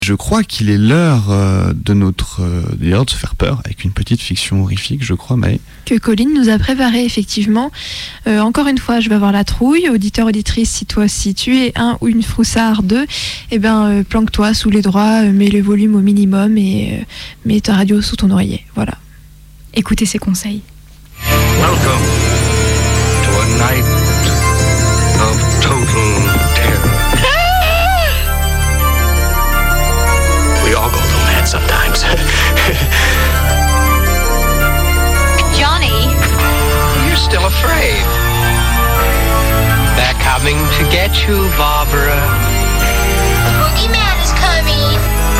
Je crois qu'il est l'heure d'ailleurs de se faire peur avec une petite fiction horrifique, je crois, Maë. Que Colline nous a préparé, effectivement. Encore une fois, je vais avoir la trouille. Auditeur, auditrice, si toi aussi tu es un ou une froussarde, planque-toi sous les draps, mets le volume au minimum et mets ta radio sous ton oreiller. Voilà. Écoutez ces conseils. Welcome to a night of total terror. We all go a little mad sometimes. Johnny? You're still afraid. They're coming to get you, Barbara. The boogeyman is coming.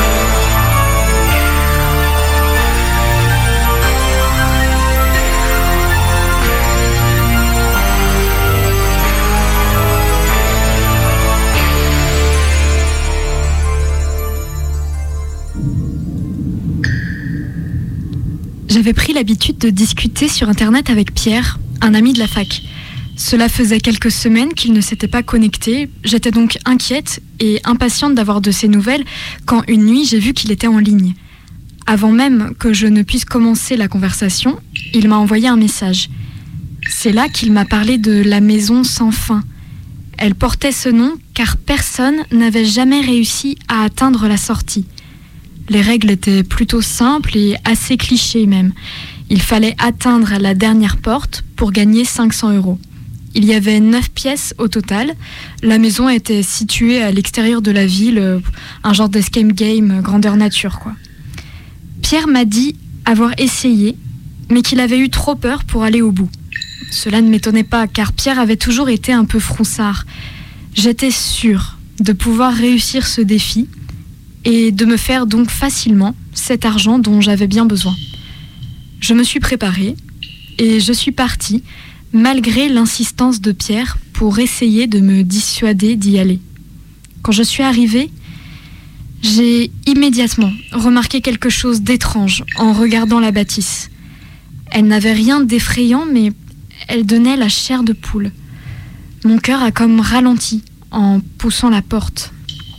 J'avais pris l'habitude de discuter sur Internet avec Pierre, un ami de la fac. Cela faisait quelques semaines qu'il ne s'était pas connecté. J'étais donc inquiète et impatiente d'avoir de ses nouvelles quand une nuit j'ai vu qu'il était en ligne. Avant même que je ne puisse commencer la conversation, il m'a envoyé un message. C'est là qu'il m'a parlé de la maison sans fin. Elle portait ce nom car personne n'avait jamais réussi à atteindre la sortie. Les règles étaient plutôt simples et assez clichés même. Il fallait atteindre la dernière porte pour gagner 500 €. Il y avait 9 pièces au total. La maison était située à l'extérieur de la ville, un genre d'escape game grandeur nature, quoi. Pierre m'a dit avoir essayé, mais qu'il avait eu trop peur pour aller au bout. Cela ne m'étonnait pas, car Pierre avait toujours été un peu froussard. J'étais sûre de pouvoir réussir ce défi et de me faire donc facilement cet argent dont j'avais bien besoin. Je me suis préparée et je suis partie, malgré l'insistance de Pierre, pour essayer de me dissuader d'y aller. Quand je suis arrivée, j'ai immédiatement remarqué quelque chose d'étrange en regardant la bâtisse. Elle n'avait rien d'effrayant, mais elle donnait la chair de poule. Mon cœur a comme ralenti en poussant la porte.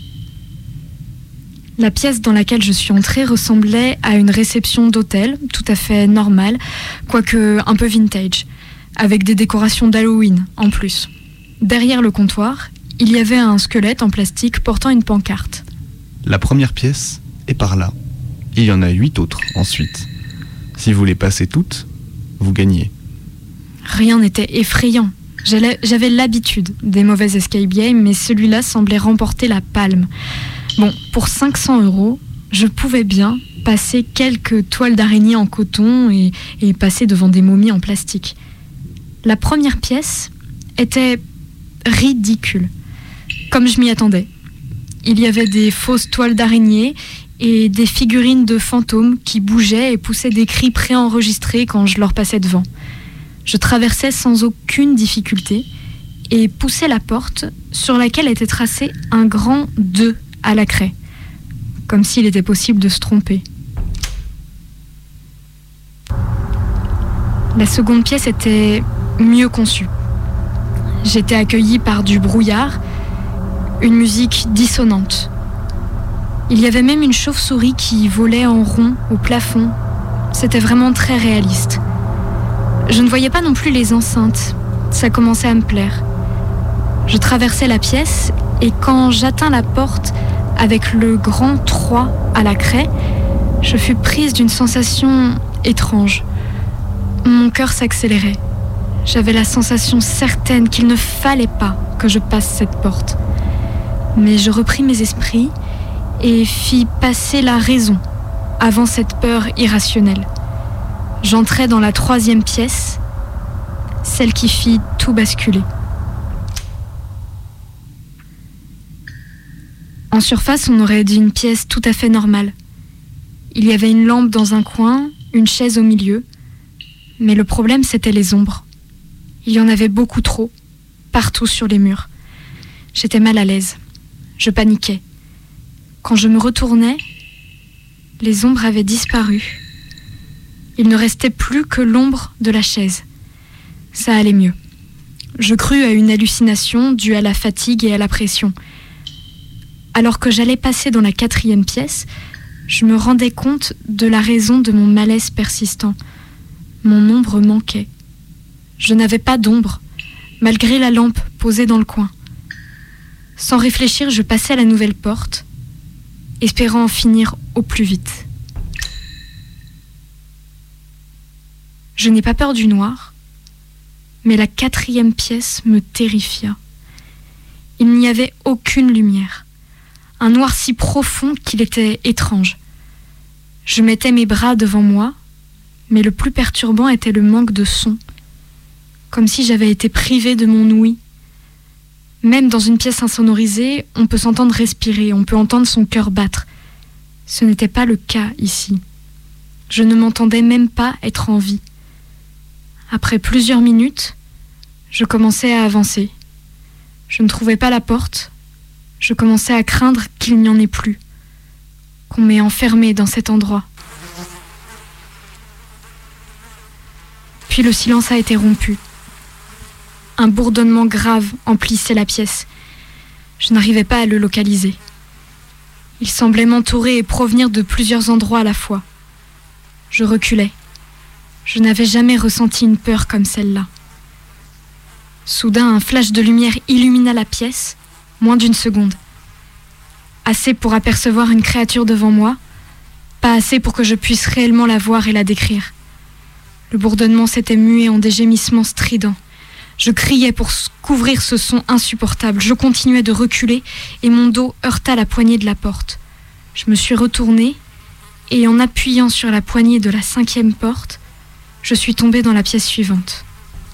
La pièce dans laquelle je suis entrée ressemblait à une réception d'hôtel, tout à fait normale, quoique un peu vintage, avec des décorations d'Halloween en plus. Derrière le comptoir, il y avait un squelette en plastique portant une pancarte. La première pièce est par là. Il y en a 8 autres ensuite. Si vous les passez toutes, vous gagnez. Rien n'était effrayant. J'avais l'habitude des mauvais escape games, mais celui-là semblait remporter la palme. Bon, pour 500 €, je pouvais bien passer quelques toiles d'araignée en coton et passer devant des momies en plastique. La première pièce était ridicule, comme je m'y attendais. Il y avait des fausses toiles d'araignée et des figurines de fantômes qui bougeaient et poussaient des cris préenregistrés quand je leur passais devant. Je traversais sans aucune difficulté et poussais la porte sur laquelle était tracé un grand 2 à la craie, comme s'il était possible de se tromper. La seconde pièce était mieux conçue. J'étais accueillie par du brouillard, une musique dissonante. Il y avait même une chauve-souris qui volait en rond au plafond. C'était vraiment très réaliste. Je ne voyais pas non plus les enceintes. Ça commençait à me plaire. Je traversais la pièce et quand j'atteins la porte avec le grand 3 à la craie, je fus prise d'une sensation étrange. Mon cœur s'accélérait. J'avais la sensation certaine qu'il ne fallait pas que je passe cette porte. Mais je repris mes esprits et fis passer la raison avant cette peur irrationnelle. J'entrai dans la 3e pièce, celle qui fit tout basculer. En surface, on aurait dit une pièce tout à fait normale. Il y avait une lampe dans un coin, une chaise au milieu. Mais le problème, c'était les ombres. Il y en avait beaucoup trop, partout sur les murs. J'étais mal à l'aise. Je paniquais. Quand je me retournais, les ombres avaient disparu. Il ne restait plus que l'ombre de la chaise. Ça allait mieux. Je crus à une hallucination due à la fatigue et à la pression. Alors que j'allais passer dans la 4e pièce, je me rendais compte de la raison de mon malaise persistant. Mon ombre manquait. Je n'avais pas d'ombre, malgré la lampe posée dans le coin. Sans réfléchir, je passais à la nouvelle porte, espérant en finir au plus vite. Je n'ai pas peur du noir, mais la 4e pièce me terrifia. Il n'y avait aucune lumière. Un noir si profond qu'il était étrange. Je mettais mes bras devant moi, mais le plus perturbant était le manque de son, comme si j'avais été privée de mon ouïe. Même dans une pièce insonorisée, on peut s'entendre respirer, on peut entendre son cœur battre. Ce n'était pas le cas ici. Je ne m'entendais même pas être en vie. Après plusieurs minutes, je commençais à avancer. Je ne trouvais pas la porte. Je commençais à craindre qu'il n'y en ait plus, qu'on m'ait enfermée dans cet endroit. Puis le silence a été rompu. Un bourdonnement grave emplissait la pièce. Je n'arrivais pas à le localiser. Il semblait m'entourer et provenir de plusieurs endroits à la fois. Je reculais. Je n'avais jamais ressenti une peur comme celle-là. Soudain, un flash de lumière illumina la pièce, moins d'une seconde. Assez pour apercevoir une créature devant moi, pas assez pour que je puisse réellement la voir et la décrire. Le bourdonnement s'était mué en des gémissements stridents. Je criais pour couvrir ce son insupportable. Je continuais de reculer et mon dos heurta la poignée de la porte. Je me suis retournée et en appuyant sur la poignée de la 5e porte, je suis tombée dans la pièce suivante.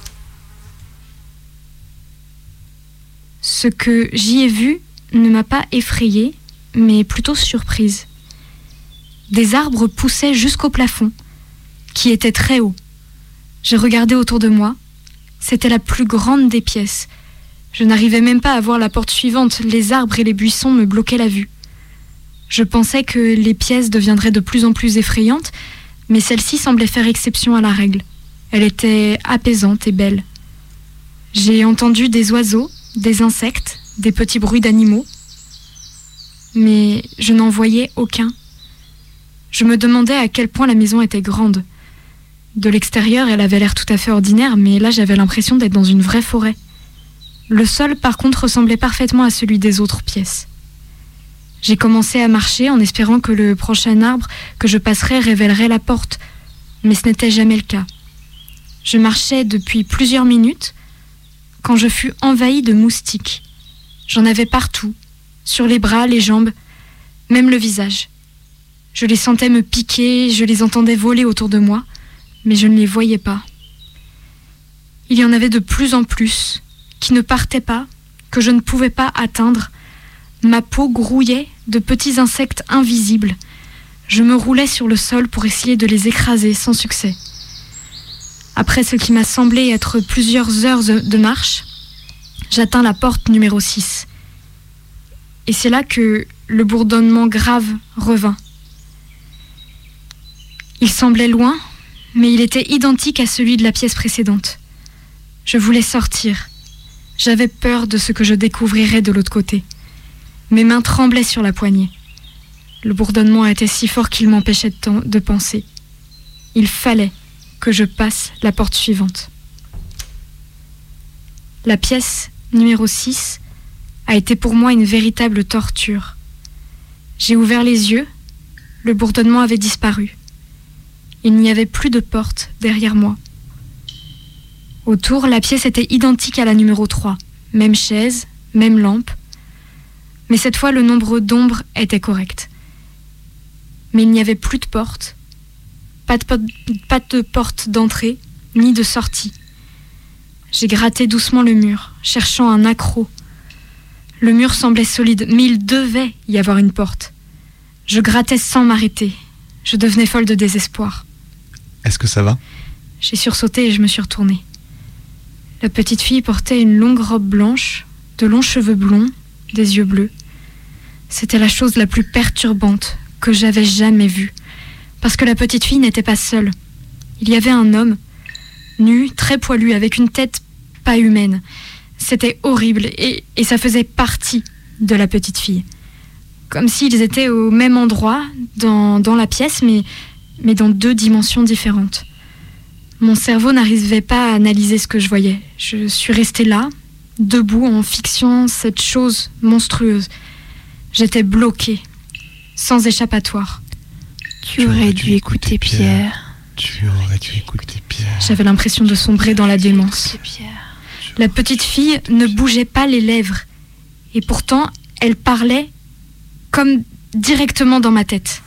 Ce que j'y ai vu ne m'a pas effrayée, mais plutôt surprise. Des arbres poussaient jusqu'au plafond, qui était très haut. J'ai regardé autour de moi. C'était la plus grande des pièces. Je n'arrivais même pas à voir la porte suivante. Les arbres et les buissons me bloquaient la vue. Je pensais que les pièces deviendraient de plus en plus effrayantes, mais celle-ci semblait faire exception à la règle. Elle était apaisante et belle. J'ai entendu des oiseaux, des insectes, des petits bruits d'animaux, mais je n'en voyais aucun. Je me demandais à quel point la maison était grande. De l'extérieur, elle avait l'air tout à fait ordinaire, mais là, j'avais l'impression d'être dans une vraie forêt. Le sol, par contre, ressemblait parfaitement à celui des autres pièces. J'ai commencé à marcher en espérant que le prochain arbre que je passerais révélerait la porte, mais ce n'était jamais le cas. Je marchais depuis plusieurs minutes quand je fus envahie de moustiques. J'en avais partout, sur les bras, les jambes, même le visage. Je les sentais me piquer, je les entendais voler autour de moi, mais je ne les voyais pas. Il y en avait de plus en plus, qui ne partaient pas, que je ne pouvais pas atteindre. Ma peau grouillait de petits insectes invisibles. Je me roulais sur le sol pour essayer de les écraser sans succès. Après ce qui m'a semblé être plusieurs heures de marche, j'atteins la porte numéro 6. Et c'est là que le bourdonnement grave revint. Il semblait loin, mais il était identique à celui de la pièce précédente. Je voulais sortir. J'avais peur de ce que je découvrirais de l'autre côté. Mes mains tremblaient sur la poignée. Le bourdonnement était si fort qu'il m'empêchait de penser. Il fallait que je passe la porte suivante. La pièce numéro 6 a été pour moi une véritable torture. J'ai ouvert les yeux, le bourdonnement avait disparu. Il n'y avait plus de porte derrière moi. Autour, la pièce était identique à la numéro 3. Même chaise, même lampe. Mais cette fois, le nombre d'ombres était correct. Mais il n'y avait plus de porte. Pas de porte d'entrée, ni de sortie. J'ai gratté doucement le mur, cherchant un accroc. Le mur semblait solide, mais il devait y avoir une porte. Je grattais sans m'arrêter. Je devenais folle de désespoir. Est-ce que ça va ? J'ai sursauté et je me suis retournée. La petite fille portait une longue robe blanche, de longs cheveux blonds, des yeux bleus. C'était la chose la plus perturbante que j'avais jamais vue. Parce que la petite fille n'était pas seule. Il y avait un homme, nu, très poilu, avec une tête pas humaine. C'était horrible et ça faisait partie de la petite fille. comme s'ils étaient au même endroit dans la pièce, mais dans 2 dimensions différentes. Mon cerveau n'arrivait pas à analyser ce que je voyais. Je suis restée là, debout, en fixant cette chose monstrueuse. J'étais bloquée, sans échappatoire. Tu aurais dû écouter Pierre. Tu aurais dû écouter Pierre. J'avais l'impression de sombrer dans la démence. Pierre. La petite fille ne bougeait pas les lèvres. Et pourtant, elle parlait comme directement dans ma tête.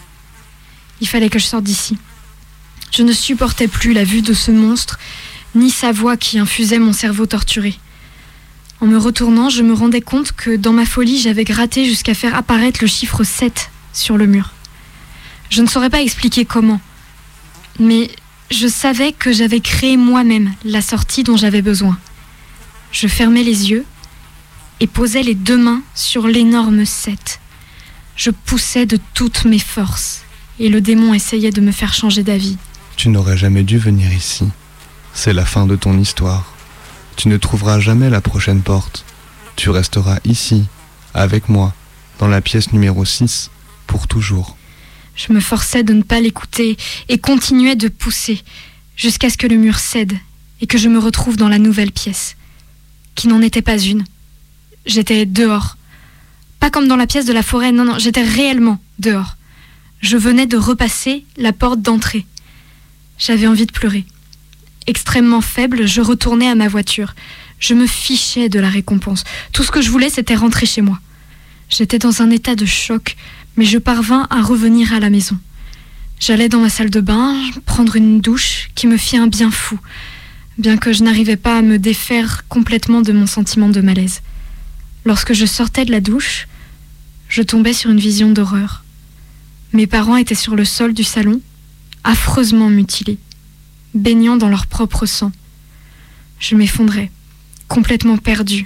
Il fallait que je sorte d'ici. Je ne supportais plus la vue de ce monstre, ni sa voix qui infusait mon cerveau torturé. En me retournant, je me rendais compte que dans ma folie, j'avais gratté jusqu'à faire apparaître le chiffre 7 sur le mur. Je ne saurais pas expliquer comment, mais je savais que j'avais créé moi-même la sortie dont j'avais besoin. Je fermais les yeux et posais les 2 mains sur l'énorme 7. Je poussais de toutes mes forces et le démon essayait de me faire changer d'avis. Tu n'aurais jamais dû venir ici. C'est la fin de ton histoire. Tu ne trouveras jamais la prochaine porte. Tu resteras ici, avec moi, dans la pièce numéro 6, pour toujours. Je me forçais de ne pas l'écouter et continuais de pousser, jusqu'à ce que le mur cède et que je me retrouve dans la nouvelle pièce, qui n'en était pas une. J'étais dehors. Pas comme dans la pièce de la forêt, non, j'étais réellement dehors. Je venais de repasser la porte d'entrée. J'avais envie de pleurer. Extrêmement faible, je retournais à ma voiture. Je me fichais de la récompense. Tout ce que je voulais, c'était rentrer chez moi. J'étais dans un état de choc, mais je parvins à revenir à la maison. J'allais dans ma salle de bain, prendre une douche qui me fit un bien fou, bien que je n'arrivais pas à me défaire complètement de mon sentiment de malaise. Lorsque je sortais de la douche, je tombais sur une vision d'horreur. Mes parents étaient sur le sol du salon, affreusement mutilés, baignant dans leur propre sang. Je m'effondrais, complètement perdue.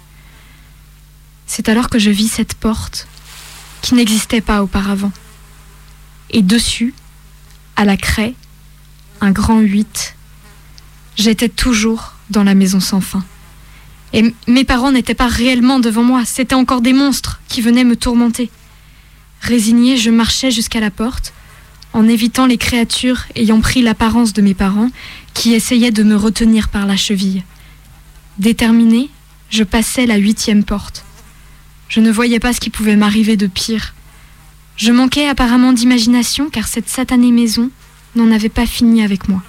C'est alors que je vis cette porte qui n'existait pas auparavant. Et dessus, à la craie, un grand 8. J'étais toujours dans la maison sans fin. Et mes parents n'étaient pas réellement devant moi, c'étaient encore des monstres qui venaient me tourmenter. Résignée, je marchais jusqu'à la porte, en évitant les créatures ayant pris l'apparence de mes parents, qui essayaient de me retenir par la cheville. Déterminée, je passais la 8e porte. Je ne voyais pas ce qui pouvait m'arriver de pire. Je manquais apparemment d'imagination, car cette satanée maison n'en avait pas fini avec moi.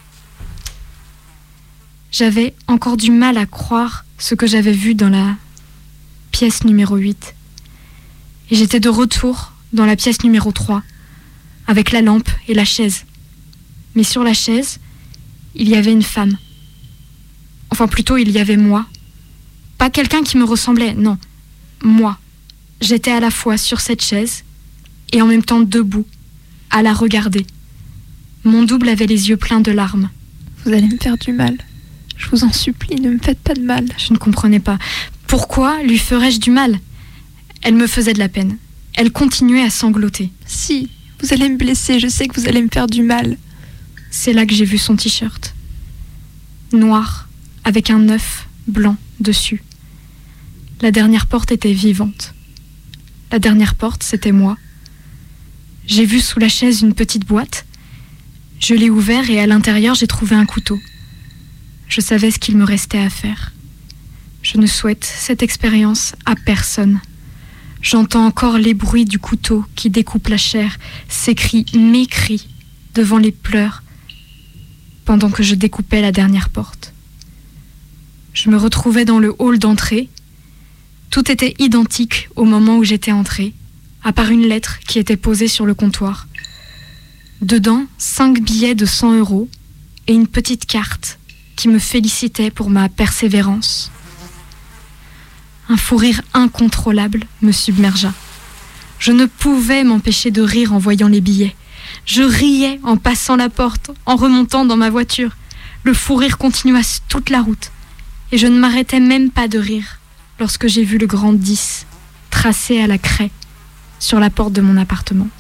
J'avais encore du mal à croire ce que j'avais vu dans la pièce numéro 8. Et j'étais de retour dans la pièce numéro 3, avec la lampe et la chaise. Mais sur la chaise, il y avait une femme. Enfin plutôt, il y avait moi. Pas quelqu'un qui me ressemblait, non. Moi. J'étais à la fois sur cette chaise et en même temps debout, à la regarder. Mon double avait les yeux pleins de larmes. Vous allez me faire du mal. Je vous en supplie, ne me faites pas de mal. Je ne comprenais pas. Pourquoi lui ferais-je du mal ? Elle me faisait de la peine. Elle continuait à sangloter. Si, vous allez me blesser, je sais que vous allez me faire du mal. C'est là que j'ai vu son t-shirt. Noir, avec un 9 blanc dessus. La dernière porte était vivante. La dernière porte, c'était moi. J'ai vu sous la chaise une petite boîte. Je l'ai ouvert et à l'intérieur, j'ai trouvé un couteau. Je savais ce qu'il me restait à faire. Je ne souhaite cette expérience à personne. J'entends encore les bruits du couteau qui découpe la chair, ces cris, mes cris, devant les pleurs, pendant que je découpais la dernière porte. Je me retrouvais dans le hall d'entrée. Tout était identique au moment où j'étais entrée, à part une lettre qui était posée sur le comptoir. Dedans, 5 billets de 100 € et une petite carte qui me félicitait pour ma persévérance. Un fou rire incontrôlable me submergea. Je ne pouvais m'empêcher de rire en voyant les billets. Je riais en passant la porte, en remontant dans ma voiture. Le fou rire continua toute la route. Et je ne m'arrêtais même pas de rire lorsque j'ai vu le grand 10 tracé à la craie sur la porte de mon appartement.